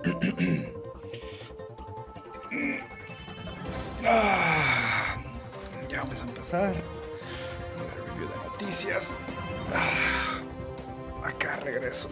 Ya vamos a empezar. El review de noticias. Acá regreso.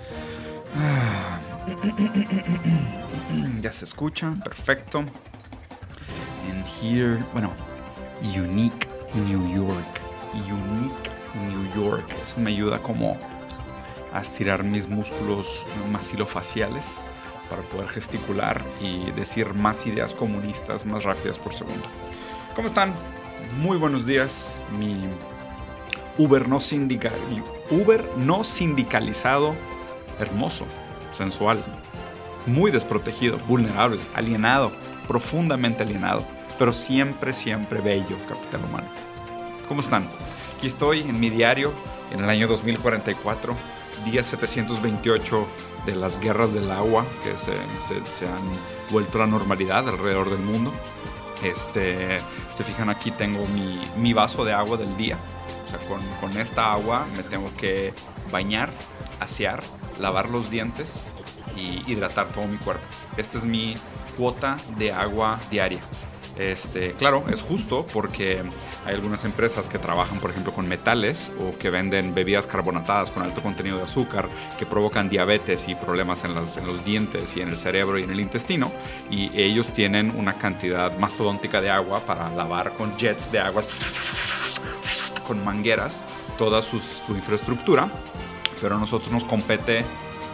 Ya se escucha, perfecto. And here, bueno, Unique New York. Unique New York. Eso me ayuda como a estirar mis músculos maxilofaciales para poder gesticular y decir más ideas comunistas más rápidas por segundo. ¿Cómo están? Muy buenos días. Mi Uber no sindicalizado, hermoso, sensual, muy desprotegido, vulnerable, alienado, profundamente alienado, pero siempre, siempre bello, capital humano. ¿Cómo están? Aquí estoy en mi diario en el año 2044, día 728 de las guerras del agua que se han vuelto a la normalidad alrededor del mundo. Se fijan, aquí tengo mi vaso de agua del día. O sea, con esta agua me tengo que bañar, asear, lavar los dientes y hidratar todo mi cuerpo. Esta es mi cuota de agua diaria. Claro, es justo porque hay algunas empresas que trabajan, por ejemplo, con metales o que venden bebidas carbonatadas con alto contenido de azúcar que provocan diabetes y problemas en los dientes y en el cerebro y en el intestino, y ellos tienen una cantidad mastodóntica de agua para lavar con jets de agua, con mangueras, toda su infraestructura, pero a nosotros nos compete.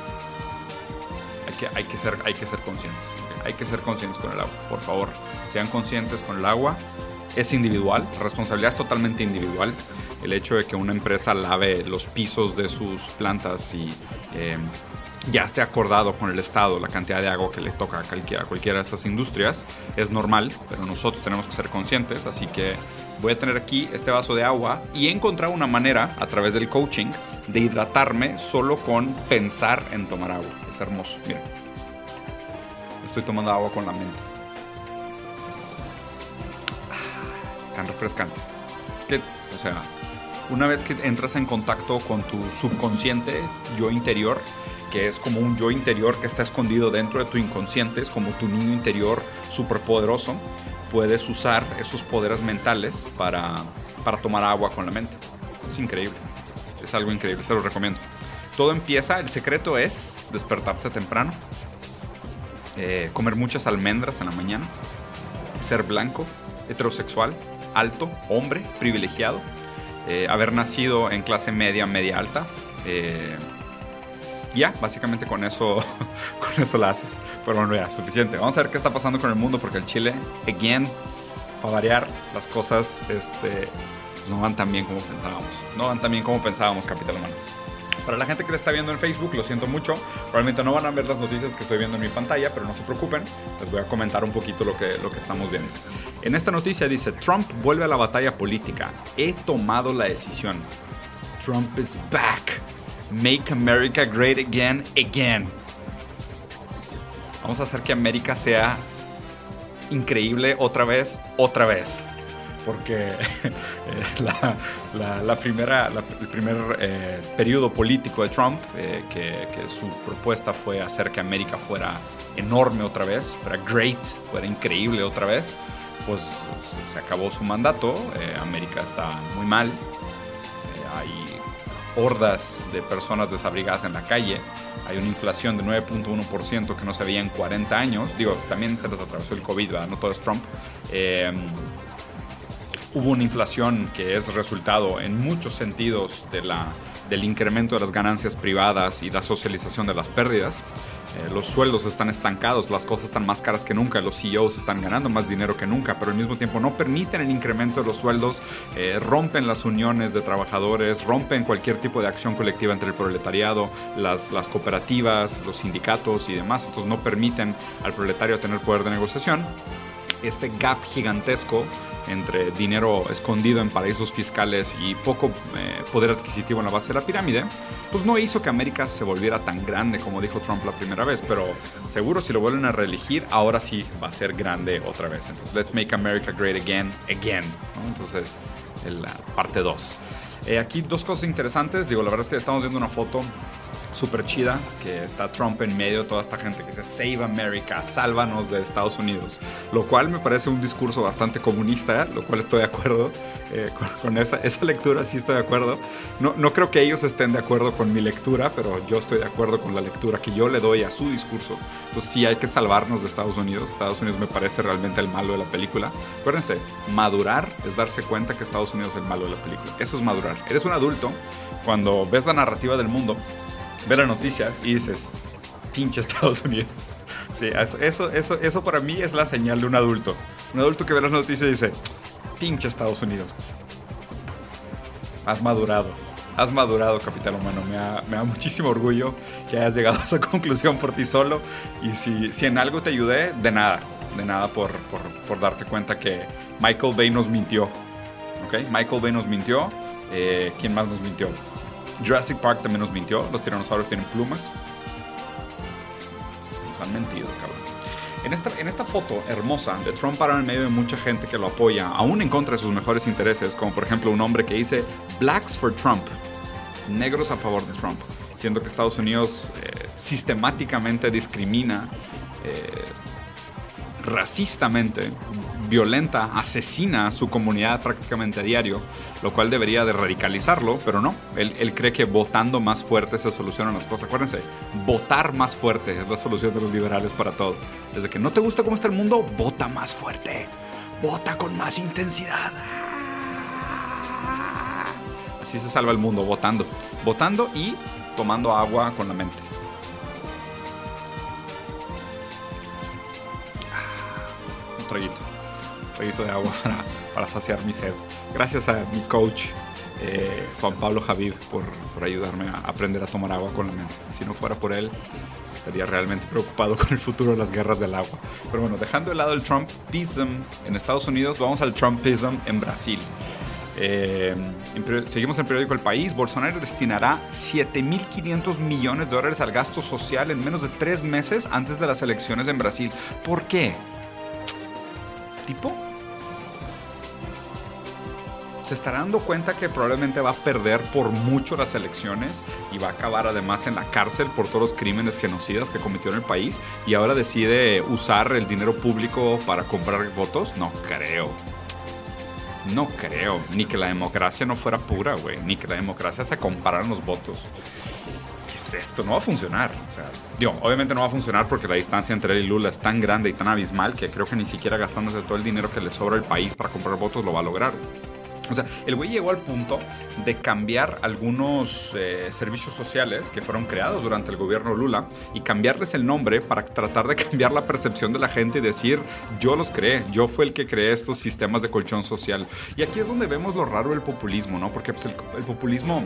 Hay que ser conscientes. Hay que ser conscientes con el agua, por favor. Sean conscientes con el agua. Es individual, la responsabilidad es totalmente individual. El hecho de que una empresa lave los pisos de sus plantas y ya esté acordado con el Estado la cantidad de agua que le toca a cualquiera de estas industrias es normal, pero nosotros tenemos que ser conscientes. Así que voy a tener aquí este vaso de agua y he encontrado una manera a través del coaching de hidratarme solo con pensar en tomar agua. Es hermoso, miren. Estoy tomando agua con la mente. Es tan refrescante. Es que, o sea, una vez que entras en contacto con tu subconsciente, yo interior, que es como un yo interior que está escondido dentro de tu inconsciente, es como tu niño interior superpoderoso, puedes usar esos poderes mentales para tomar agua con la mente. Es increíble. Es algo increíble, se los recomiendo. Todo empieza, el secreto es despertarte temprano, comer muchas almendras en la mañana, ser blanco, heterosexual, alto, hombre, privilegiado, haber nacido en clase media, media alta. Ya, básicamente con eso la haces. Pero bueno, ya, suficiente. Vamos a ver qué está pasando con el mundo, porque el Chile, again, para variar, las cosas no van tan bien como pensábamos. No van tan bien como pensábamos, capital humano. Para la gente que lo está viendo en Facebook, lo siento mucho. Probablemente no van a ver las noticias que estoy viendo en mi pantalla, pero no se preocupen. Les voy a comentar un poquito lo que estamos viendo. En esta noticia dice: Trump vuelve a la batalla política. He tomado la decisión. Trump is back. Make America great again, again. Vamos a hacer que América sea increíble otra vez, otra vez. Porque el primer periodo político de Trump, que su propuesta fue hacer que América fuera enorme otra vez, fuera great, fuera increíble otra vez, pues se acabó su mandato. América está muy mal. Hay hordas de personas desabrigadas en la calle. Hay una inflación de 9.1% que no se veía en 40 años. Digo, también se les atravesó el COVID, ¿verdad? No todo es Trump. Hubo una inflación que es resultado en muchos sentidos del incremento de las ganancias privadas y la socialización de las pérdidas. Los sueldos están estancados, las cosas están más caras que nunca, los CEOs están ganando más dinero que nunca, pero al mismo tiempo no permiten el incremento de los sueldos, rompen las uniones de trabajadores, rompen cualquier tipo de acción colectiva entre el proletariado, las cooperativas, los sindicatos y demás. Entonces no permiten al proletario tener poder de negociación. Este gap gigantesco entre dinero escondido en paraísos fiscales y poco poder adquisitivo en la base de la pirámide, pues no hizo que América se volviera tan grande como dijo Trump la primera vez, pero seguro si lo vuelven a reelegir, ahora sí va a ser grande otra vez. Entonces, let's make America great again, again, ¿no? Entonces, la parte 2. Aquí dos cosas interesantes. Digo, la verdad es que estamos viendo una foto súper chida, que está Trump en medio de toda esta gente que dice Save America, sálvanos de Estados Unidos, lo cual me parece un discurso bastante comunista, lo cual estoy de acuerdo con esa lectura, sí estoy de acuerdo. No creo que ellos estén de acuerdo con mi lectura, pero yo estoy de acuerdo con la lectura que yo le doy a su discurso. Entonces sí hay que salvarnos de Estados Unidos. Estados Unidos me parece realmente el malo de la película. Acuérdense, madurar es darse cuenta que Estados Unidos es el malo de la película. Eso es madurar. Eres un adulto cuando ves la narrativa del mundo, ves la noticia y dices, pinche Estados Unidos. Sí, eso para mí es la señal de un adulto. Un adulto que ve las noticias y dice, pinche Estados Unidos. Has madurado, capitán humano. Me da muchísimo orgullo que hayas llegado a esa conclusión por ti solo. Y si en algo te ayudé, de nada por darte cuenta que Michael Bay nos mintió. ¿Ok? Michael Bay nos mintió. ¿Quién más nos mintió? Jurassic Park también nos mintió. Los tiranosaurios tienen plumas. Nos han mentido, cabrón. En esta foto hermosa de Trump parado en medio de mucha gente que lo apoya, aún en contra de sus mejores intereses, como por ejemplo un hombre que dice Blacks for Trump, negros a favor de Trump, siendo que Estados Unidos sistemáticamente discrimina, racistamente, violenta, asesina a su comunidad prácticamente a diario, lo cual debería de radicalizarlo, pero no. Él cree que votando más fuerte se solucionan las cosas. Acuérdense, votar más fuerte es la solución de los liberales para todo. Desde que no te gusta cómo está el mundo, vota más fuerte. Vota con más intensidad. Así se salva el mundo, votando. Votando y tomando agua con la mente. Traguito de agua para saciar mi sed. Gracias a mi coach Juan Pablo Javid por ayudarme a aprender a tomar agua con la mente. Si no fuera por él, estaría realmente preocupado con el futuro de las guerras del agua. Pero bueno, dejando de lado el Trumpism en Estados Unidos, vamos al Trumpism en Brasil. Seguimos en el periódico El País. Bolsonaro destinará $7.500 millones al gasto social en menos de 3 meses antes de las elecciones en Brasil. ¿Por qué? ¿Tipo? Se estará dando cuenta que probablemente va a perder por mucho las elecciones y va a acabar además en la cárcel por todos los crímenes genocidas que cometió en el país, y ahora decide usar el dinero público para comprar votos. No creo, ni que la democracia no fuera pura, güey, ni que la democracia se compraran los votos. Esto no va a funcionar. O sea, obviamente no va a funcionar porque la distancia entre él y Lula es tan grande y tan abismal que creo que ni siquiera gastándose todo el dinero que le sobra al país para comprar votos lo va a lograr. O sea, el güey llegó al punto de cambiar algunos servicios sociales que fueron creados durante el gobierno Lula y cambiarles el nombre para tratar de cambiar la percepción de la gente y decir, yo los creé, yo fui el que creé estos sistemas de colchón social. Y aquí es donde vemos lo raro del populismo, ¿no? Porque pues, el populismo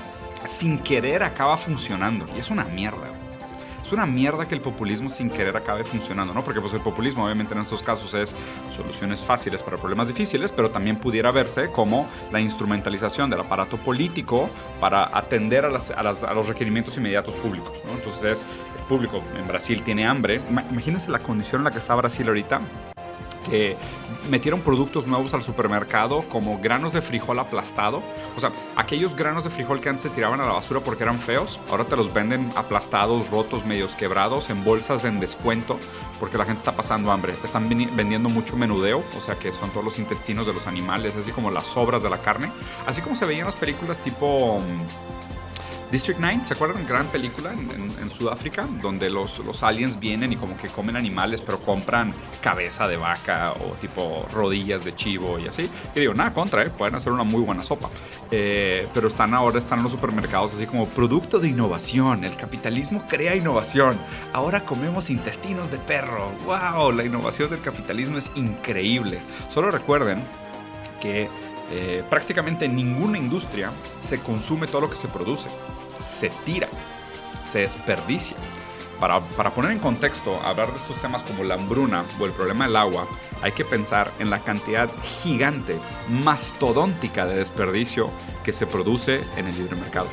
sin querer acaba funcionando y es una mierda. Es una mierda que el populismo sin querer acabe funcionando, ¿no? Porque pues el populismo obviamente en estos casos es soluciones fáciles para problemas difíciles, pero también pudiera verse como la instrumentalización del aparato político para atender a los requerimientos inmediatos públicos, ¿no? Entonces el público en Brasil tiene hambre. Imagínense la condición en la que está Brasil ahorita, que metieron productos nuevos al supermercado como granos de frijol aplastado. O sea, aquellos granos de frijol que antes se tiraban a la basura porque eran feos, ahora te los venden aplastados, rotos, medios quebrados, en bolsas en descuento, porque la gente está pasando hambre. Están vendiendo mucho menudeo, o sea que son todos los intestinos de los animales, así como las sobras de la carne, así como se veían las películas tipo District 9, ¿se acuerdan? Gran película en Sudáfrica, donde los aliens vienen y como que comen animales, pero compran cabeza de vaca o tipo rodillas de chivo y así. Y digo, nada contra, pueden hacer una muy buena sopa. Pero ahora están en los supermercados así como producto de innovación. El capitalismo crea innovación. Ahora comemos intestinos de perro. ¡Wow! La innovación del capitalismo es increíble. Solo recuerden que prácticamente en ninguna industria se consume todo lo que se produce. Se tira, se desperdicia. Para poner en contexto, hablar de estos temas como la hambruna o el problema del agua, hay que pensar en la cantidad gigante, mastodóntica de desperdicio que se produce en el libre mercado.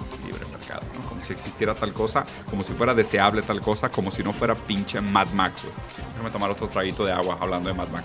¿No? Como si existiera tal cosa, como si fuera deseable tal cosa, como si no fuera pinche Mad Max. Déjame tomar otro traguito de agua hablando de Mad Max.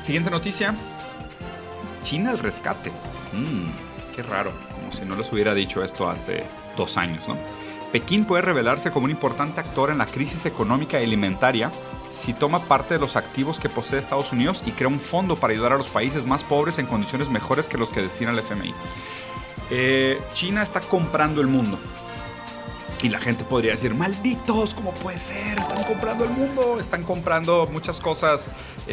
Siguiente noticia. China al rescate. Qué raro, como si no les hubiera dicho esto hace 2 años, ¿no? Pekín puede revelarse como un importante actor en la crisis económica y alimentaria si toma parte de los activos que posee Estados Unidos y crea un fondo para ayudar a los países más pobres en condiciones mejores que los que destina el FMI. China está comprando el mundo. Y la gente podría decir, malditos, ¿cómo puede ser? Están comprando el mundo, están comprando muchas cosas,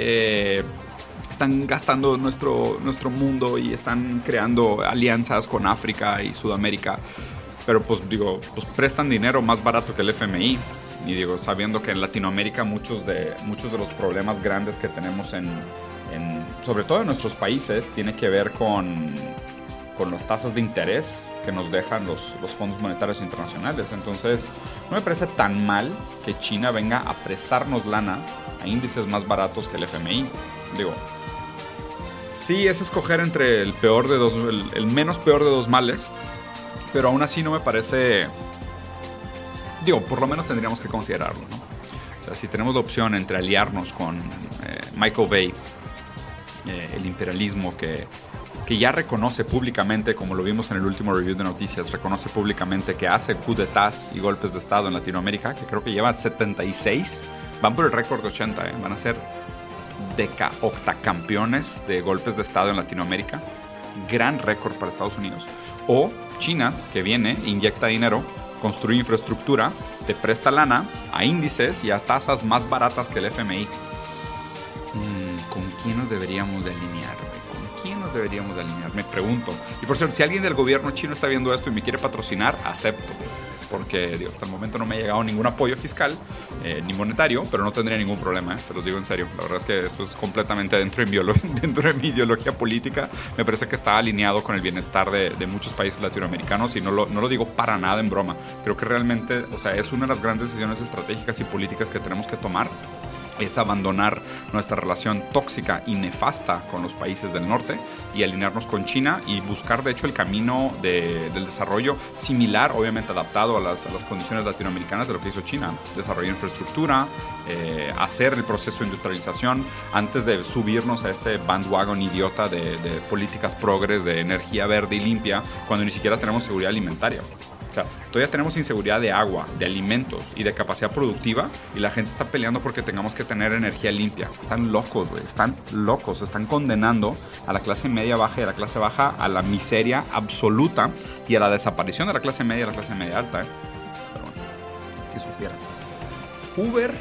están gastando nuestro mundo y están creando alianzas con África y Sudamérica. Pero pues prestan dinero más barato que el FMI. Y digo, sabiendo que en Latinoamérica muchos de los problemas grandes que tenemos sobre todo en nuestros países, tiene que ver con las tasas de interés que nos dejan los fondos monetarios internacionales. Entonces, no me parece tan mal que China venga a prestarnos lana a índices más baratos que el FMI. Digo, sí es escoger entre el menos peor de dos males, pero aún así no me parece... Digo, por lo menos tendríamos que considerarlo, ¿no? O sea, si tenemos la opción entre aliarnos con Michael Bay, el imperialismo que ya reconoce públicamente, como lo vimos en el último review de noticias, reconoce públicamente que hace coup d'états y golpes de estado en Latinoamérica, que creo que lleva 76, van por el récord de 80, van a ser octacampeones de golpes de estado en Latinoamérica, gran récord para Estados Unidos. O China, que viene, inyecta dinero, construye infraestructura, te presta lana a índices y a tasas más baratas que el FMI. ¿Con quién nos deberíamos de alinear? ¿Quién nos deberíamos de alinear? Me pregunto. Y por cierto, si alguien del gobierno chino está viendo esto y me quiere patrocinar, acepto. Porque hasta el momento no me ha llegado ningún apoyo fiscal ni monetario, pero no tendría ningún problema, se los digo en serio. La verdad es que esto es completamente dentro de mi ideología política. Me parece que está alineado con el bienestar de muchos países latinoamericanos y no lo digo para nada en broma. Creo que realmente, o sea, es una de las grandes decisiones estratégicas y políticas que tenemos que tomar. Es abandonar nuestra relación tóxica y nefasta con los países del norte y alinearnos con China y buscar, de hecho, el camino del desarrollo similar, obviamente adaptado a las condiciones latinoamericanas de lo que hizo China. Desarrollar infraestructura, hacer el proceso de industrialización antes de subirnos a este bandwagon idiota de políticas progres de energía verde y limpia cuando ni siquiera tenemos seguridad alimentaria. O sea, todavía tenemos inseguridad de agua, de alimentos y de capacidad productiva y la gente está peleando porque tengamos que tener energía limpia. Están locos, güey, están locos. Están condenando a la clase media baja y a la clase baja a la miseria absoluta y a la desaparición de la clase media y la clase media alta, Pero bueno, si supieran. Uber,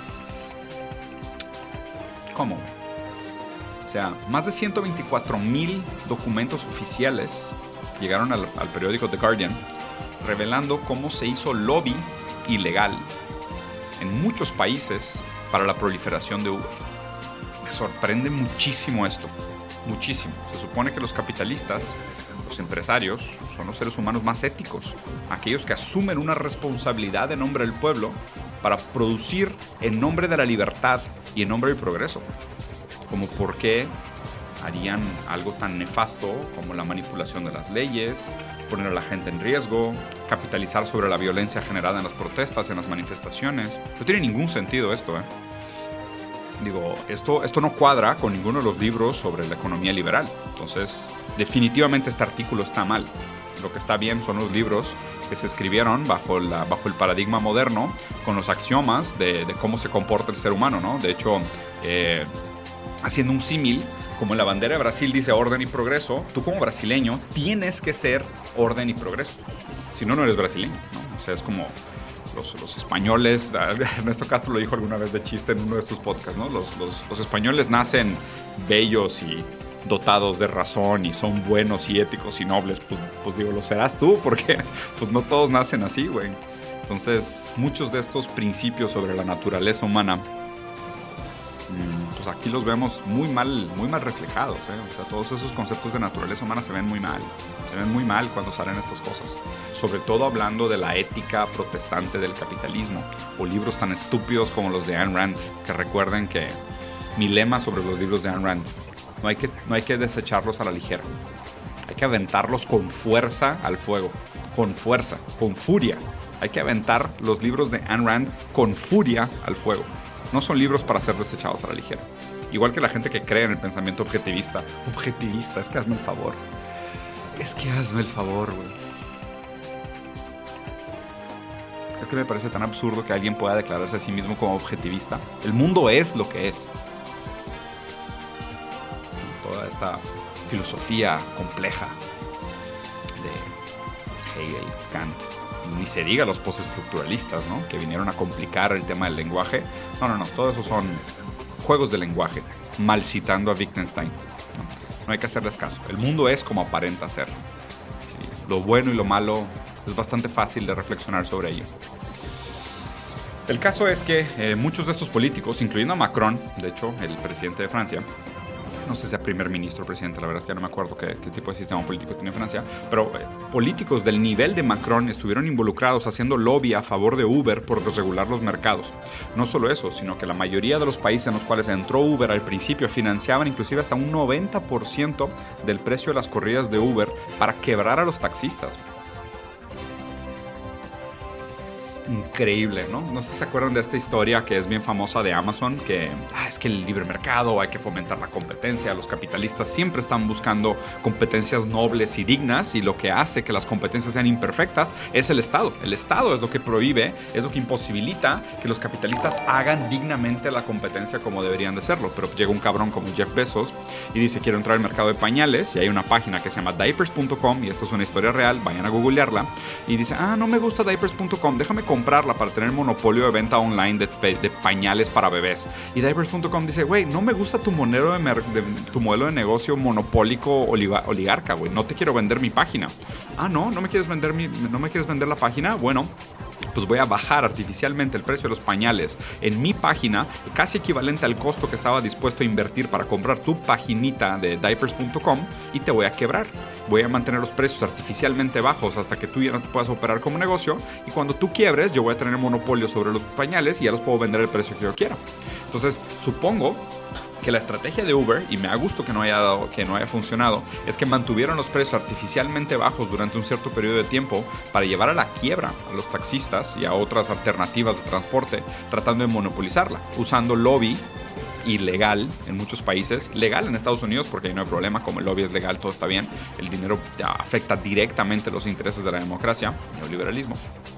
¿cómo? O sea, más de 124,000 documentos oficiales llegaron al periódico The Guardian revelando cómo se hizo lobby ilegal en muchos países para la proliferación de Uber. Me sorprende muchísimo esto, muchísimo. Se supone que los capitalistas, los empresarios, son los seres humanos más éticos, aquellos que asumen una responsabilidad en nombre del pueblo para producir en nombre de la libertad y en nombre del progreso. Como por qué harían algo tan nefasto como la manipulación de las leyes, poner a la gente en riesgo, capitalizar sobre la violencia generada en las protestas, en las manifestaciones. No tiene ningún sentido esto, Digo, esto no cuadra con ninguno de los libros sobre la economía liberal. Entonces, definitivamente este artículo está mal. Lo que está bien son los libros que se escribieron bajo el paradigma moderno, con los axiomas de cómo se comporta el ser humano, ¿no? De hecho, haciendo un símil, como en la bandera de Brasil dice orden y progreso, tú como brasileño tienes que ser orden y progreso. Si no, no eres brasileño, ¿no? O sea, es como los españoles, Ernesto Castro lo dijo alguna vez de chiste en uno de sus podcasts, ¿no? Los españoles nacen bellos y dotados de razón y son buenos y éticos y nobles. Pues digo, lo serás tú, porque pues no todos nacen así, güey. Entonces, muchos de estos principios sobre la naturaleza humana, pues aquí los vemos muy mal reflejados, O sea, todos esos conceptos de naturaleza humana se ven muy mal. Se ven muy mal cuando salen estas cosas. Sobre todo hablando de la ética protestante del capitalismo. O libros tan estúpidos como los de Ayn Rand. Que recuerden que mi lema sobre los libros de Ayn Rand: no hay que desecharlos a la ligera. Hay que aventarlos con fuerza al fuego. Con fuerza, con furia. Hay que aventar los libros de Ayn Rand con furia al fuego. No son libros para ser desechados a la ligera. Igual que la gente que cree en el pensamiento objetivista. Objetivista, es que hazme el favor. Es que hazme el favor, güey. Es que me parece tan absurdo que alguien pueda declararse a sí mismo como objetivista. El mundo es lo que es. Toda esta filosofía compleja de Hegel, Kant, ni se diga los postestructuralistas, ¿no? Que vinieron a complicar el tema del lenguaje. No, todo eso son juegos de lenguaje, mal citando a Wittgenstein. No hay que hacerles caso. El mundo es como aparenta ser. Sí, lo bueno y lo malo es bastante fácil de reflexionar sobre ello. El caso es que muchos de estos políticos, incluyendo a Macron, de hecho, el presidente de Francia, no sé si sea primer ministro o presidente, la verdad es que ya no me acuerdo qué tipo de sistema político tiene Francia, pero políticos del nivel de Macron estuvieron involucrados haciendo lobby a favor de Uber por desregular los mercados. No solo eso, sino que la mayoría de los países en los cuales entró Uber al principio financiaban inclusive hasta un 90% del precio de las corridas de Uber para quebrar a los taxistas. Increíble, ¿no? No sé si se acuerdan de esta historia que es bien famosa de Amazon, que es que el libre mercado, hay que fomentar la competencia, los capitalistas siempre están buscando competencias nobles y dignas, y lo que hace que las competencias sean imperfectas es el Estado. El Estado es lo que prohíbe, es lo que imposibilita que los capitalistas hagan dignamente la competencia como deberían de serlo. Pero llega un cabrón como Jeff Bezos y dice: quiero entrar al mercado de pañales, y hay una página que se llama diapers.com, y esta es una historia real, vayan a googlearla, y dice: no me gusta diapers.com, déjame comprarla para tener monopolio de venta online de pañales para bebés. Y Diapers.com dice: güey, no me gusta tu modelo de negocio monopólico oligarca, güey, no te quiero vender mi página. ¿No me quieres vender la página? Bueno, pues voy a bajar artificialmente el precio de los pañales en mi página, casi equivalente al costo que estaba dispuesto a invertir para comprar tu paginita de Diapers.com, y te voy a quebrar. Voy a mantener los precios artificialmente bajos hasta que tú ya no te puedas operar como negocio, y cuando tú quiebres yo voy a tener monopolio sobre los pañales y ya los puedo vender al precio que yo quiera. Entonces, supongo que la estrategia de Uber, y me da gusto que no haya funcionado, es que mantuvieron los precios artificialmente bajos durante un cierto periodo de tiempo para llevar a la quiebra a los taxistas y a otras alternativas de transporte, tratando de monopolizarla, usando lobby ilegal en muchos países, legal en Estados Unidos porque ahí no hay problema, como el lobby es legal, todo está bien, el dinero afecta directamente los intereses de la democracia, neoliberalismo.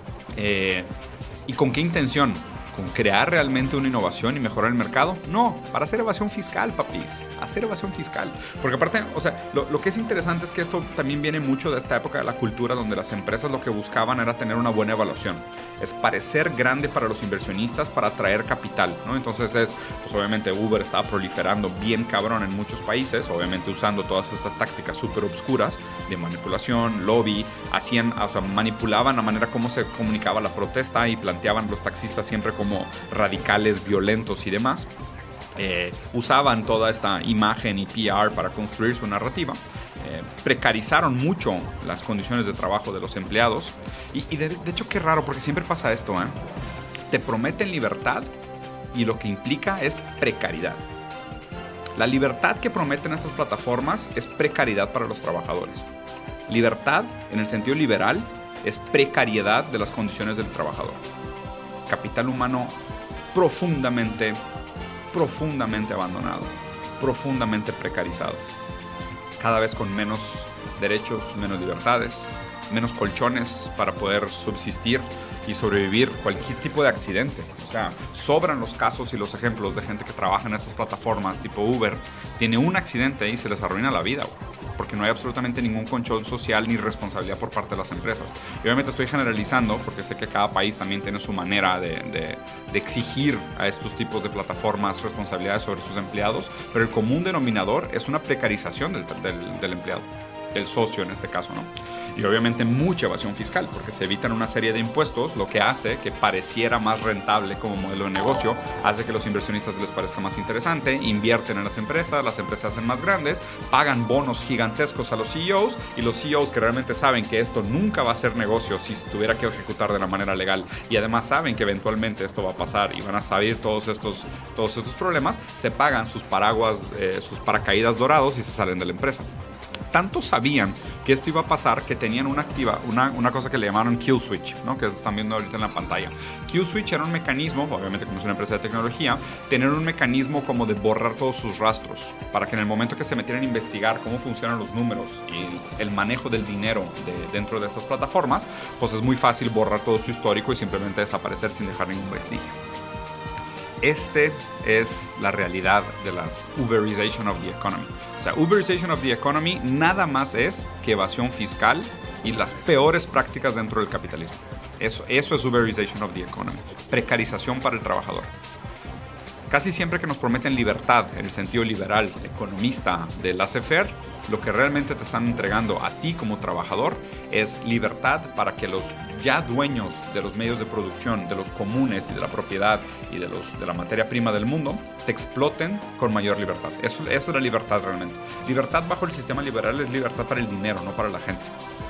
¿Y con qué intención? ¿Con crear realmente una innovación y mejorar el mercado? No, para hacer evasión fiscal, papis. Hacer evasión fiscal. Porque aparte, o sea, lo que es interesante es que esto también viene mucho de esta época de la cultura, donde las empresas lo que buscaban era tener una buena evaluación. Es parecer grande para los inversionistas para atraer capital, ¿no? Entonces pues obviamente Uber estaba proliferando bien cabrón en muchos países, obviamente usando todas estas tácticas súper obscuras de manipulación, lobby, manipulaban la manera como se comunicaba la protesta y planteaban los taxistas siempre como radicales, violentos y demás. Usaban toda esta imagen y PR para construir su narrativa. Precarizaron mucho las condiciones de trabajo de los empleados. Y de hecho, qué raro, porque siempre pasa esto, te prometen libertad y lo que implica es precariedad. La libertad que prometen estas plataformas es precariedad para los trabajadores. Libertad, en el sentido liberal, es precariedad de las condiciones del trabajador. Capital humano profundamente abandonado, profundamente precarizado, cada vez con menos derechos, menos libertades, menos colchones para poder subsistir y sobrevivir cualquier tipo de accidente. O sea, sobran los casos y los ejemplos de gente que trabaja en estas plataformas tipo Uber, tiene un accidente y se les arruina la vida, porque no hay absolutamente ningún control social ni responsabilidad por parte de las empresas. Y obviamente estoy generalizando porque sé que cada país también tiene su manera de exigir a estos tipos de plataformas responsabilidades sobre sus empleados, pero el común denominador es una precarización del empleado, del socio en este caso, ¿no? Y obviamente mucha evasión fiscal, porque se evitan una serie de impuestos, lo que hace que pareciera más rentable como modelo de negocio, hace que los inversionistas les parezca más interesante, invierten en las empresas se hacen más grandes, pagan bonos gigantescos a los CEOs, y los CEOs que realmente saben que esto nunca va a ser negocio si se tuviera que ejecutar de la manera legal, y además saben que eventualmente esto va a pasar y van a salir todos estos problemas, se pagan sus paracaídas dorados y se salen de la empresa. Tanto sabían que esto iba a pasar que tenían una cosa que le llamaron Kill Switch, ¿no? Que están viendo ahorita en la pantalla. Kill Switch era un mecanismo, obviamente como es una empresa de tecnología, tener un mecanismo como de borrar todos sus rastros, para que en el momento que se metieran a investigar cómo funcionan los números y el manejo del dinero dentro de estas plataformas, pues es muy fácil borrar todo su histórico y simplemente desaparecer sin dejar ningún vestigio. Este es la realidad de las Uberization of the economy. O sea, Uberization of the economy nada más es que evasión fiscal y las peores prácticas dentro del capitalismo. Eso es Uberization of the economy. Precarización para el trabajador. Casi siempre que nos prometen libertad, en el sentido liberal, economista de laissez-faire, lo que realmente te están entregando a ti como trabajador es libertad para que los ya dueños de los medios de producción, de los comunes y de la propiedad y de la materia prima del mundo, te exploten con mayor libertad. Eso es la libertad realmente. Libertad bajo el sistema liberal es libertad para el dinero, no para la gente.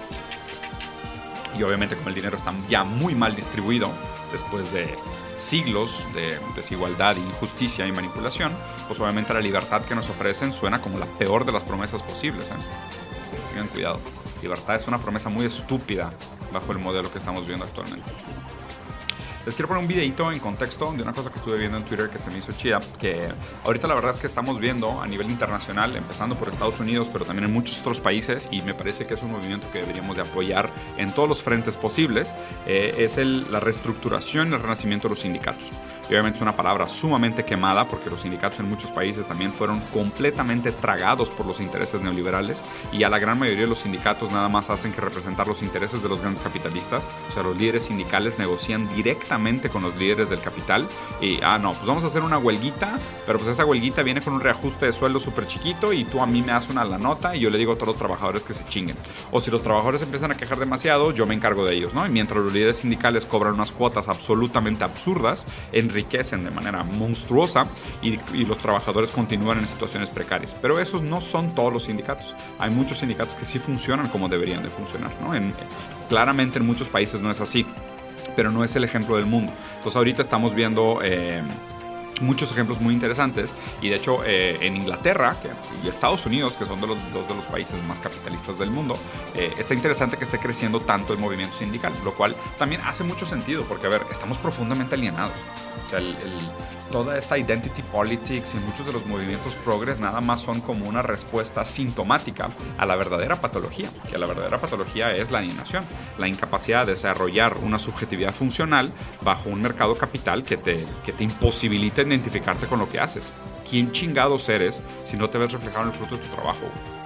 Y obviamente como el dinero está ya muy mal distribuido, después de siglos de desigualdad, injusticia y manipulación, pues obviamente la libertad que nos ofrecen suena como la peor de las promesas posibles, ¿eh? Tengan cuidado. Libertad es una promesa muy estúpida bajo el modelo que estamos viendo actualmente. Les quiero poner un videito en contexto de una cosa que estuve viendo en Twitter que se me hizo chida, que ahorita la verdad es que estamos viendo a nivel internacional, empezando por Estados Unidos, pero también en muchos otros países, y me parece que es un movimiento que deberíamos de apoyar en todos los frentes posibles, es la reestructuración y el renacimiento de los sindicatos. Y obviamente es una palabra sumamente quemada porque los sindicatos en muchos países también fueron completamente tragados por los intereses neoliberales, y a la gran mayoría de los sindicatos nada más hacen que representar los intereses de los grandes capitalistas. O sea, los líderes sindicales negocian directamente con los líderes del capital y, no, pues vamos a hacer una huelguita, pero pues esa huelguita viene con un reajuste de sueldo súper chiquito y tú a mí me das la nota y yo le digo a todos los trabajadores que se chinguen. O si los trabajadores empiezan a quejar demasiado, yo me encargo de ellos, ¿no? Y mientras los líderes sindicales cobran unas cuotas absolutamente absurdas, enriquecen de manera monstruosa y los trabajadores continúan en situaciones precarias. Pero esos no son todos los sindicatos. Hay muchos sindicatos que sí funcionan como deberían de funcionar, ¿no? Claramente en muchos países no es así, pero no es el ejemplo del mundo. Entonces ahorita estamos viendo muchos ejemplos muy interesantes y de hecho en Inglaterra y Estados Unidos, que son dos de los países más capitalistas del mundo, está interesante que esté creciendo tanto el movimiento sindical, lo cual también hace mucho sentido porque, a ver, estamos profundamente alienados. O sea, toda esta identity politics y muchos de los movimientos progres nada más son como una respuesta sintomática a la verdadera patología, que la verdadera patología es la alienación, la incapacidad de desarrollar una subjetividad funcional bajo un mercado capital que te imposibilita identificarte con lo que haces. ¿Quién chingados eres si no te ves reflejado en el fruto de tu trabajo?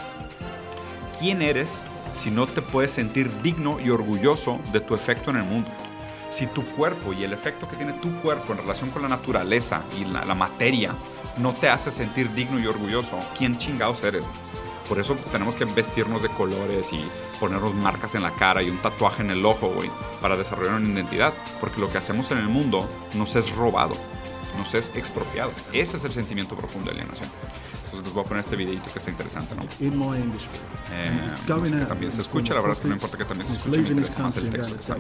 ¿Quién eres si no te puedes sentir digno y orgulloso de tu efecto en el mundo? Si tu cuerpo y el efecto que tiene tu cuerpo en relación con la naturaleza y la materia no te hace sentir digno y orgulloso, ¿quién chingados eres? Por eso tenemos que vestirnos de colores y ponernos marcas en la cara y un tatuaje en el ojo, güey, para desarrollar una identidad. Porque lo que hacemos en el mundo nos es robado, nos es expropiado. Ese es el sentimiento profundo de alienación. Entonces les voy a poner este videito que está interesante, ¿no? También se escucha, la verdad es que no importa que también se escuche, me interesa más el texto que está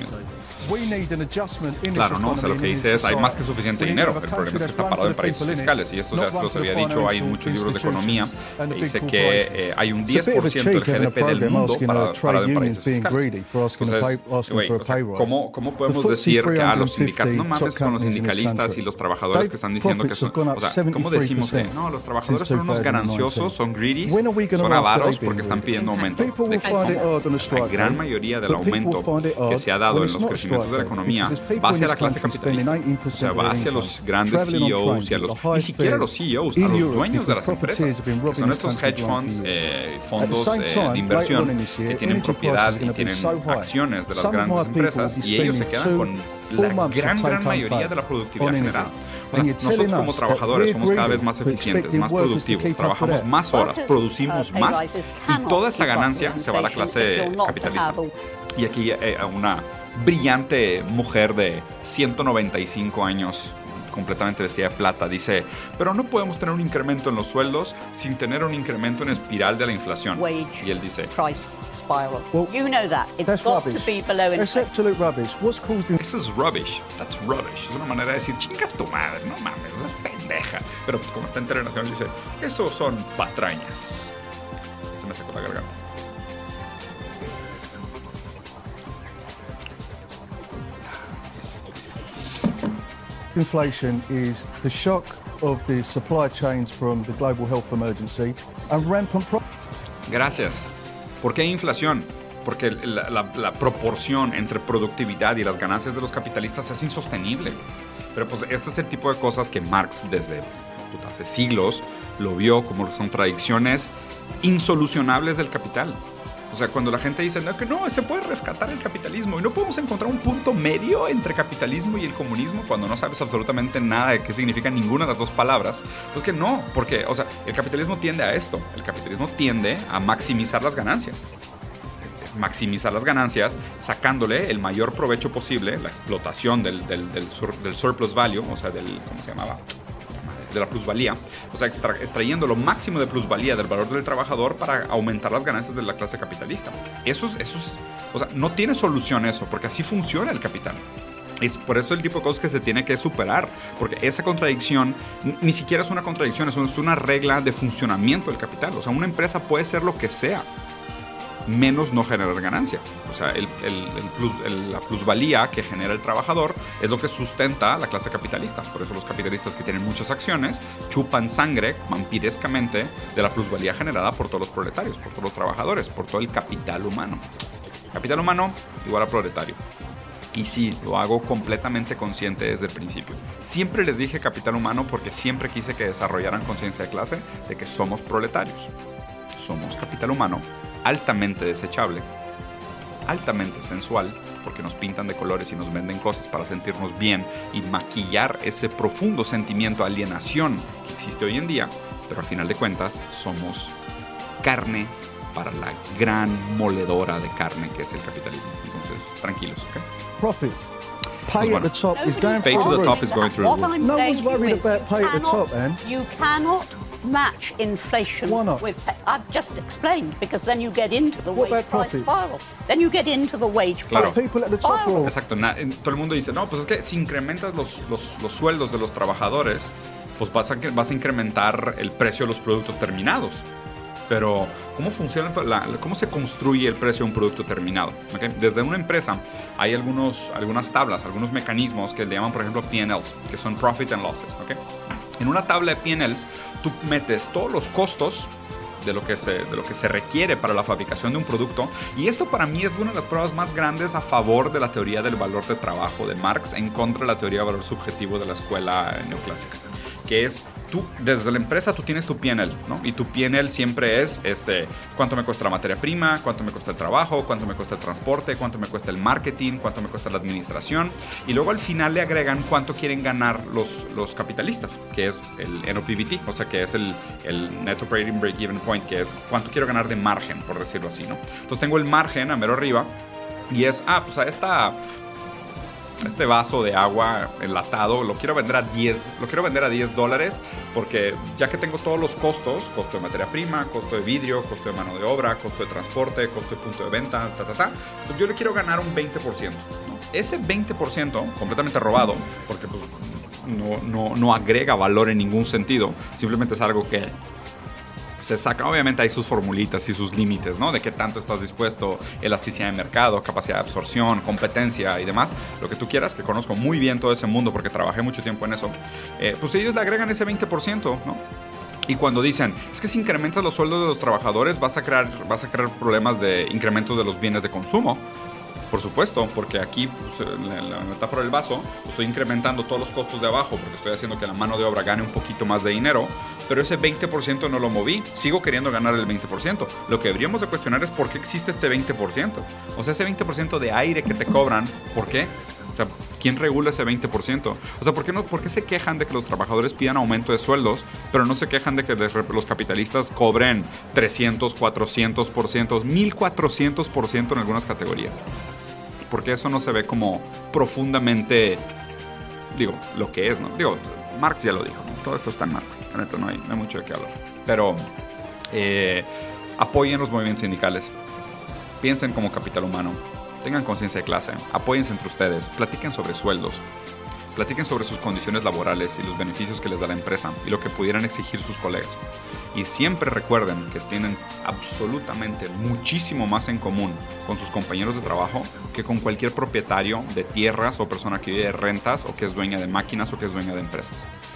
viendo. Claro, ¿no? O sea, lo que dice es, hay más que suficiente dinero, el problema es que está parado en paraísos fiscales, y esto ya se los había dicho, hay muchos libros de economía que dice que hay un 10% del GDP del mundo parado en paraísos fiscales. Entonces, güey, o sea, ¿cómo podemos decir que a los sindicatos, no mames con los sindicalistas y los trabajadores que están diciendo que son, o sea, ¿cómo decimos que no, los trabajadores son unos gananciosos, son greedy, son avaros porque están pidiendo aumento? La gran mayoría del aumento que se ha dado en los crecimientos de la economía va hacia la clase capitalista, o sea, va hacia los grandes CEOs y ni siquiera a los CEOs, a los dueños de las empresas, que son estos hedge funds, fondos de inversión que tienen propiedad y tienen acciones de las grandes empresas, y ellos se quedan con la gran mayoría de la productividad generada. O sea, nosotros como trabajadores somos cada vez más eficientes, más productivos, trabajamos más horas, producimos más y toda esa ganancia se va a la clase capitalista. Y aquí una brillante mujer de 195 años, completamente vestida de plata, dice, pero no podemos tener un incremento en los sueldos sin tener un incremento en espiral de la inflación. Y él dice, eso es rubbish, that's rubbish. Es una manera de decir, chinga tu madre, no mames, es pendeja. Pero pues como está internacional dice, eso son patrañas. Se me secó la garganta. Inflation is the shock of the supply chains from the global health emergency and rampant Gracias. ¿Por qué inflación? Porque la proporción entre productividad y las ganancias de los capitalistas es insostenible. Pero pues este es el tipo de cosas que Marx desde hace siglos lo vio como contradicciones insolucionables del capital. O sea, cuando la gente dice que no, se puede rescatar el capitalismo y no podemos encontrar un punto medio entre capitalismo y el comunismo cuando no sabes absolutamente nada de qué significa ninguna de las dos palabras, pues que no, porque, o sea, el capitalismo tiende a esto. El capitalismo tiende a maximizar las ganancias. Maximizar las ganancias sacándole el mayor provecho posible, la explotación del surplus value, o sea, ¿cómo se llamaba? De la plusvalía, o sea, extrayendo lo máximo de plusvalía del valor del trabajador para aumentar las ganancias de la clase capitalista. Eso es, o sea, no tiene solución eso, porque así funciona el capital. Es por eso el tipo de cosas que se tiene que superar, porque esa contradicción ni siquiera es una contradicción, es una regla de funcionamiento del capital. O sea, una empresa puede ser lo que sea, menos no generar ganancia. O sea, la plusvalía que genera el trabajador es lo que sustenta a la clase capitalista. Por eso los capitalistas que tienen muchas acciones chupan sangre vampirescamente de la plusvalía generada por todos los proletarios, por todos los trabajadores, por todo el capital humano. Capital humano igual a proletario. Y sí, lo hago completamente consciente desde el principio. Siempre les dije capital humano porque siempre quise que desarrollaran conciencia de clase de que somos proletarios. Somos capital humano altamente desechable, altamente sensual, porque nos pintan de colores y nos venden cosas para sentirnos bien y maquillar ese profundo sentimiento de alienación que existe hoy en día, pero al final de cuentas somos carne para la gran moledora de carne que es el capitalismo. Entonces, tranquilos, ¿ok? Profits. Pay at the top is going pay to the top is going through the roof. No one's worried about pay at the top, Anne. You cannot match inflation with I've just explained, because then you get into the wage price spiral. Then you get into the wage price spiral. Exacto. Todo el mundo dice, no, pues es que si incrementas los sueldos de los trabajadores, pues vas a incrementar el precio de los productos terminados. Pero, ¿cómo funciona? ¿Cómo se construye el precio de un producto terminado? ¿Okay? Desde una empresa hay algunas tablas, algunos mecanismos que le llaman, por ejemplo, P&Ls, que son Profit and Losses. ¿Okay? En una tabla de P&Ls, tú metes todos los costos de lo que se requiere para la fabricación de un producto. Y esto para mí es una de las pruebas más grandes a favor de la teoría del valor de trabajo de Marx en contra de la teoría del valor subjetivo de la escuela neoclásica. Que es, tú, desde la empresa tú tienes tu P&L, ¿no? Y tu P&L siempre es cuánto me cuesta la materia prima, cuánto me cuesta el trabajo, cuánto me cuesta el transporte, cuánto me cuesta el marketing, cuánto me cuesta la administración. Y luego al final le agregan cuánto quieren ganar los capitalistas, que es el NOPBT, o sea, que es el Net Operating Break-Even Point, que es cuánto quiero ganar de margen, por decirlo así, ¿no? Entonces tengo el margen a mero arriba y es, pues a este vaso de agua enlatado lo quiero vender a $10 porque ya que tengo todos los costos, costo de materia prima, costo de vidrio, costo de mano de obra, costo de transporte, costo de punto de venta, entonces yo le quiero ganar un 20%, ¿no? Ese 20% completamente robado, porque pues no agrega valor en ningún sentido, simplemente es algo que se saca. Obviamente hay sus formulitas y sus límites, ¿no? De qué tanto estás dispuesto, elasticidad de mercado, capacidad de absorción, competencia y demás, lo que tú quieras, que conozco muy bien todo ese mundo porque trabajé mucho tiempo en eso. Pues ellos le agregan ese 20%, ¿no? Y cuando dicen, es que si incrementas los sueldos de los trabajadores vas a crear problemas de incremento de los bienes de consumo. Por supuesto, porque aquí, pues, la metáfora del vaso, pues, estoy incrementando todos los costos de abajo porque estoy haciendo que la mano de obra gane un poquito más de dinero, pero ese 20% no lo moví. Sigo queriendo ganar el 20%. Lo que deberíamos de cuestionar es por qué existe este 20%. O sea, ese 20% de aire que te cobran, ¿por qué? O sea, ¿quién regula ese 20%? O sea, ¿por qué se quejan de que los trabajadores pidan aumento de sueldos, pero no se quejan de que los capitalistas cobren 300, 400%, 1400% en algunas categorías? Porque eso no se ve como profundamente, lo que es, ¿no? Marx ya lo dijo, ¿no? Todo esto está en Marx, la neta no hay mucho de qué hablar. Pero apoyen los movimientos sindicales, piensen como capital humano, tengan conciencia de clase, apóyense entre ustedes, platiquen sobre sueldos. Platiquen sobre sus condiciones laborales y los beneficios que les da la empresa y lo que pudieran exigir sus colegas. Y siempre recuerden que tienen absolutamente muchísimo más en común con sus compañeros de trabajo que con cualquier propietario de tierras o persona que vive de rentas o que es dueña de máquinas o que es dueña de empresas.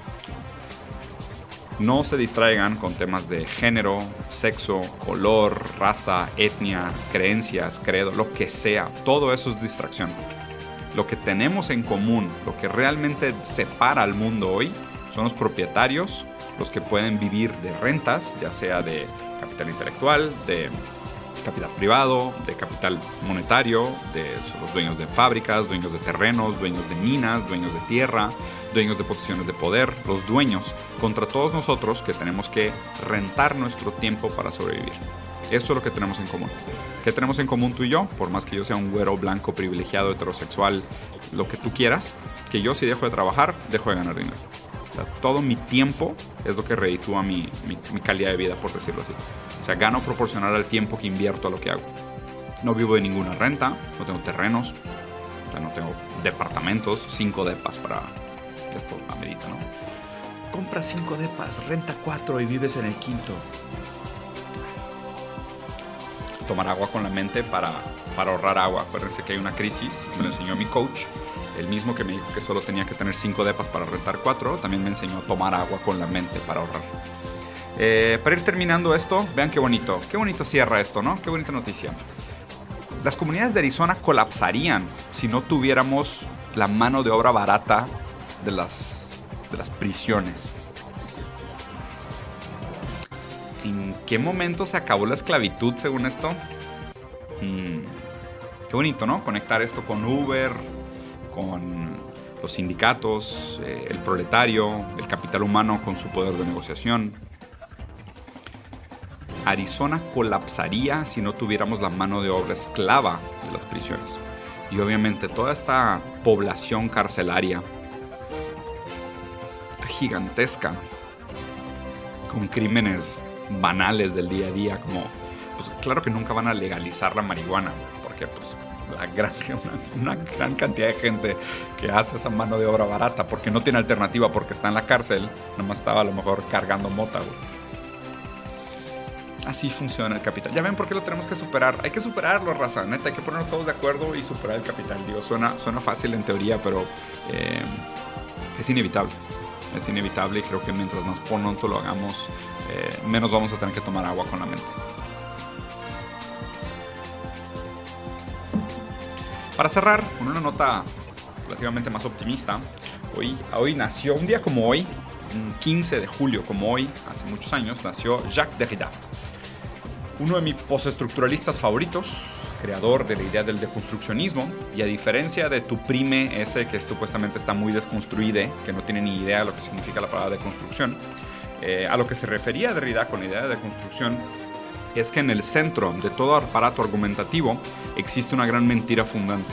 No se distraigan con temas de género, sexo, color, raza, etnia, creencias, credo, lo que sea. Todo eso es distracción. Lo que tenemos en común, lo que realmente separa al mundo hoy, son los propietarios, los que pueden vivir de rentas, ya sea de capital intelectual, de capital privado, de capital monetario, de los dueños de fábricas, dueños de terrenos, dueños de minas, dueños de tierra, dueños de posiciones de poder, los dueños, contra todos nosotros que tenemos que rentar nuestro tiempo para sobrevivir. Eso es lo que tenemos en común. ¿Qué tenemos en común tú y yo? Por más que yo sea un güero, blanco, privilegiado, heterosexual, lo que tú quieras, que yo si dejo de trabajar, dejo de ganar dinero. O sea, todo mi tiempo es lo que reditúa mi calidad de vida, por decirlo así. O sea, gano proporcional al tiempo que invierto a lo que hago. No vivo de ninguna renta, no tengo terrenos, o sea, no tengo departamentos, 5 depas para... Esto amerita, ¿no? Compra 5 depas, renta 4 y vives en el quinto. Tomar agua con la mente para ahorrar agua. Acuérdense que hay una crisis, me lo enseñó mi coach. El mismo que me dijo que solo tenía que tener 5 depas para rentar 4, también me enseñó a tomar agua con la mente para ahorrar. Para ir terminando esto, vean qué bonito cierra esto, ¿no? Qué bonita noticia. Las comunidades de Arizona colapsarían si no tuviéramos la mano de obra barata de las prisiones. ¿En qué momento se acabó la esclavitud según esto? Qué bonito, ¿no? Conectar esto con Uber, con los sindicatos, el proletario, el capital humano con su poder de negociación. Arizona colapsaría si no tuviéramos la mano de obra esclava de las prisiones. Y obviamente toda esta población carcelaria gigantesca, con crímenes banales del día a día, como, pues claro que nunca van a legalizar la marihuana, porque pues una gran cantidad de gente que hace esa mano de obra barata, porque no tiene alternativa, porque está en la cárcel, nomás estaba a lo mejor cargando mota, güey. Así funciona el capital. Ya ven por qué lo tenemos que superar. Hay que superarlo, raza. Neta, hay que ponernos todos de acuerdo y superar el capital. Digo, suena fácil en teoría, pero es inevitable. Es inevitable y creo que mientras más pronto lo hagamos, menos vamos a tener que tomar agua con la mente. Para cerrar, con una nota relativamente más optimista, hoy nació, un día como hoy, un 15 de julio como hoy, hace muchos años, nació Jacques Derrida. Uno de mis postestructuralistas favoritos, creador de la idea del deconstruccionismo, y a diferencia de tu prime ese que supuestamente está muy desconstruido, que no tiene ni idea de lo que significa la palabra deconstrucción, a lo que se refería Derrida con la idea de deconstrucción es que en el centro de todo aparato argumentativo existe una gran mentira fundante.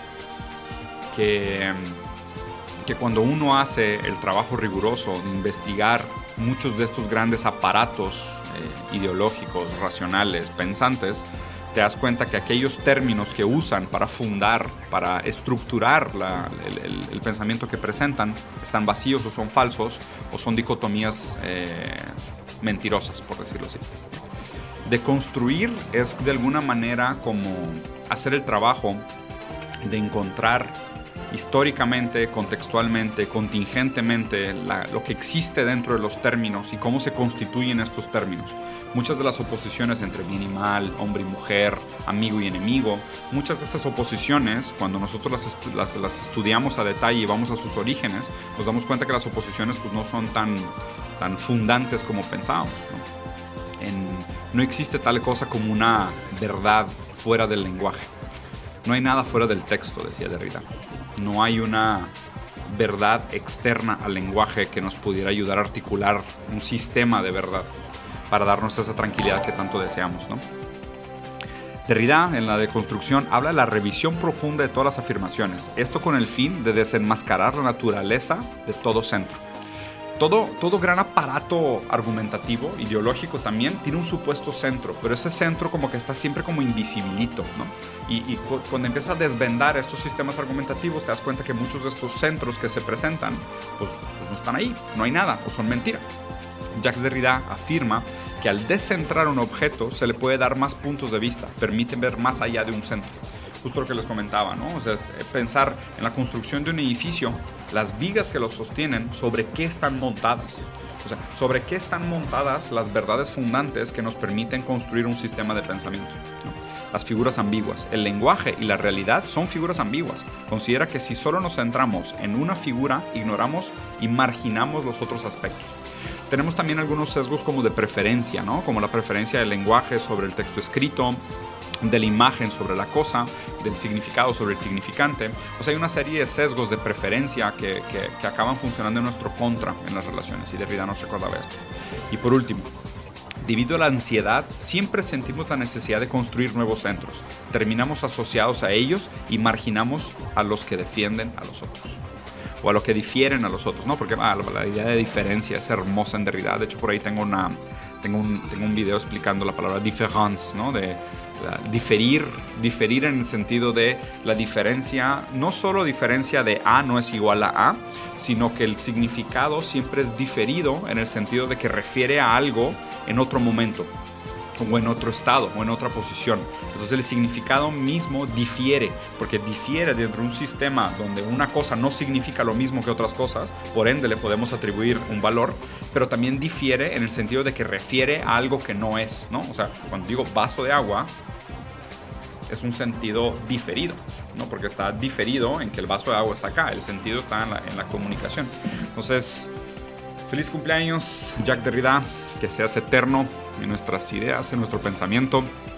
Que cuando uno hace el trabajo riguroso de investigar muchos de estos grandes aparatos ideológicos, racionales, pensantes, te das cuenta que aquellos términos que usan para fundar, para estructurar el pensamiento que presentan, están vacíos o son falsos o son dicotomías mentirosas, por decirlo así. Deconstruir es de alguna manera como hacer el trabajo de encontrar históricamente, contextualmente, contingentemente lo que existe dentro de los términos y cómo se constituyen estos términos. Muchas de las oposiciones entre bien y mal, hombre y mujer, amigo y enemigo, muchas de estas oposiciones, cuando nosotros las estudiamos a detalle y vamos a sus orígenes, nos damos cuenta que las oposiciones pues, no son tan fundantes como pensábamos, ¿no? No existe tal cosa como una verdad fuera del lenguaje. No hay nada fuera del texto, decía Derrida. No hay una verdad externa al lenguaje que nos pudiera ayudar a articular un sistema de verdad para darnos esa tranquilidad que tanto deseamos, ¿no? Derrida, en la deconstrucción, habla de la revisión profunda de todas las afirmaciones. Esto con el fin de desenmascarar la naturaleza de todo centro. Todo gran aparato argumentativo, ideológico también, tiene un supuesto centro, pero ese centro como que está siempre como invisibilito, ¿no? Y cuando empiezas a desvendar estos sistemas argumentativos, te das cuenta que muchos de estos centros que se presentan, pues no están ahí, no hay nada, o son mentira. Jacques Derrida afirma que al descentrar un objeto se le puede dar más puntos de vista, permiten ver más allá de un centro. Justo lo que les comentaba, ¿no? O sea, pensar en la construcción de un edificio, las vigas que lo sostienen, sobre qué están montadas. O sea, sobre qué están montadas las verdades fundantes que nos permiten construir un sistema de pensamiento, ¿no? Las figuras ambiguas. El lenguaje y la realidad son figuras ambiguas. Considera que si solo nos centramos en una figura, ignoramos y marginamos los otros aspectos. Tenemos también algunos sesgos como de preferencia, ¿no? Como la preferencia del lenguaje sobre el texto escrito, de la imagen sobre la cosa, del significado sobre el significante. O sea, hay una serie de sesgos de preferencia que acaban funcionando en nuestro contra en las relaciones, y Derrida nos recordaba esto. Y por último, debido a la ansiedad, siempre sentimos la necesidad de construir nuevos centros. Terminamos asociados a ellos y marginamos a los que defienden a los otros, o a los que difieren a los otros, ¿no? Porque la idea de diferencia es hermosa en Derrida. De hecho, por ahí tengo un video explicando la palabra différence, ¿no? De diferir en el sentido de la diferencia, no solo diferencia de A no es igual a A, sino que el significado siempre es diferido en el sentido de que refiere a algo en otro momento, o en otro estado, o en otra posición. Entonces el significado mismo difiere, porque difiere dentro de un sistema donde una cosa no significa lo mismo que otras cosas, por ende le podemos atribuir un valor, pero también difiere en el sentido de que refiere a algo que no es, ¿no? O sea, cuando digo vaso de agua, es un sentido diferido, ¿no? Porque está diferido en que el vaso de agua está acá, el sentido está en la comunicación. Entonces, feliz cumpleaños, Jacques Derrida, que seas eterno en nuestras ideas, en nuestro pensamiento,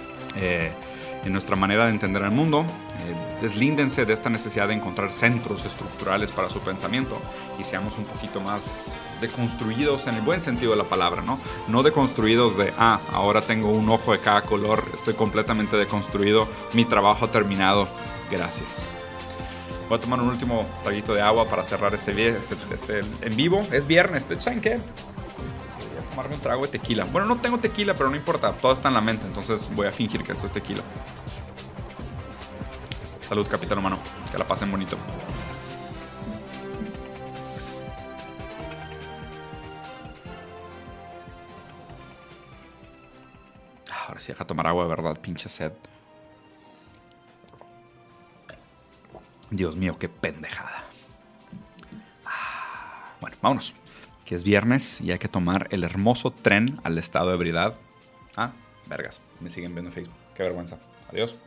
en nuestra manera de entender el mundo. Deslíndense de esta necesidad de encontrar centros estructurales para su pensamiento y seamos un poquito más deconstruidos en el buen sentido de la palabra, ¿no? No deconstruidos de, ahora tengo un ojo de cada color, estoy completamente deconstruido, mi trabajo ha terminado, gracias. Voy a tomar un último traguito de agua para cerrar este en vivo. Es viernes, ¿saben qué? Voy a tomarme un trago de tequila. Bueno, no tengo tequila, pero no importa, todo está en la mente, entonces voy a fingir que esto es tequila. Salud, capitán humano, que la pasen bonito. Ahora sí, deja tomar agua de verdad, pinche sed. Dios mío, qué pendejada. Bueno, vámonos. Que es viernes y hay que tomar el hermoso tren al estado de ebriedad. Vergas, me siguen viendo en Facebook. Qué vergüenza. Adiós.